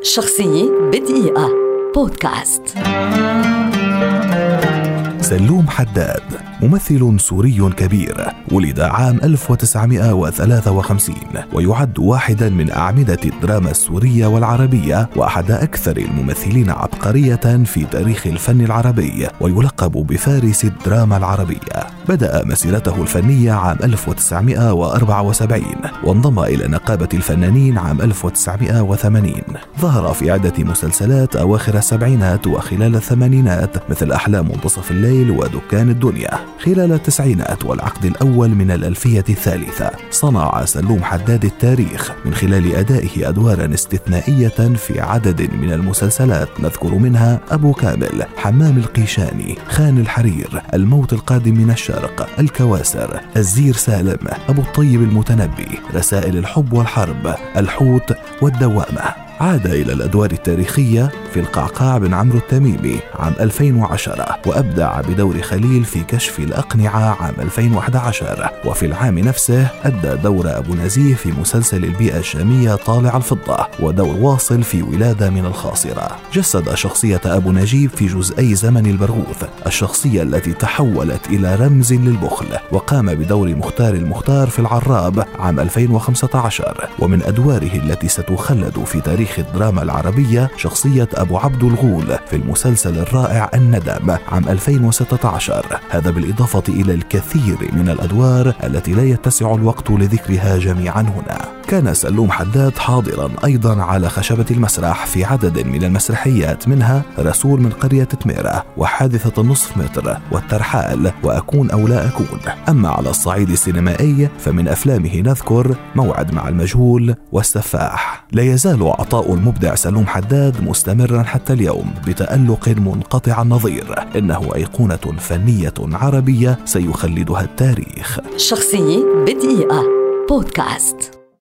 شخصية بدقيقة بودكاست. سلوم حداد ممثل سوري كبير، ولد عام 1953 ويعد واحدا من أعمدة الدراما السورية والعربية وأحد أكثر الممثلين عبقرية في تاريخ الفن العربي، ويلقب بفارس الدراما العربية. بدأ مسيرته الفنية عام 1974 وانضم إلى نقابة الفنانين عام 1980. ظهر في عدة مسلسلات أواخر السبعينات وخلال الثمانينات مثل أحلام منتصف الليل ودكان الدنيا. خلال التسعينات والعقد الأول من الألفية الثالثة صنع سلوم حداد التاريخ من خلال أدائه أدوارا استثنائية في عدد من المسلسلات، نذكر منها أبو كامل، حمام القيشاني، خان الحرير، الموت القادم من الشرق، الكواسر، الزير سالم، أبو الطيب المتنبي، رسائل الحب والحرب، الحوت والدوامة. عاد إلى الأدوار التاريخية في القعقاع بن عمرو التميمي عام 2010، وأبدع بدور خليل في كشف الأقنعة عام 2011، وفي العام نفسه أدى دور أبو نزيه في مسلسل البيئة الشامية طالع الفضة، ودور واصل في ولادة من الخاصرة. جسد شخصية أبو نجيب في جزئي زمن البرغوث، الشخصية التي تحولت إلى رمز للبخل، وقام بدور مختار المختار في العراب عام 2015. ومن أدواره التي ستخلد في تاريخ الدراما العربية شخصية أبو عبد الغول في المسلسل الرائع الندم عام 2016. هذا بالإضافة إلى الكثير من الأدوار التي لا يتسع الوقت لذكرها جميعا هنا. كان سلوم حداد حاضرا أيضا على خشبة المسرح في عدد من المسرحيات، منها رسول من قرية تميرة، وحادثة النصف متر، والترحال، وأكون أو لا أكون. أما على الصعيد السينمائي فمن أفلامه نذكر موعد مع المجهول والسفاح. لا يزال عطاء المبدع سلوم حداد مستمرا حتى اليوم بتألق منقطع النظير. إنه أيقونة فنية عربية سيخلدها التاريخ. شخصية بدقيقة بودكاست.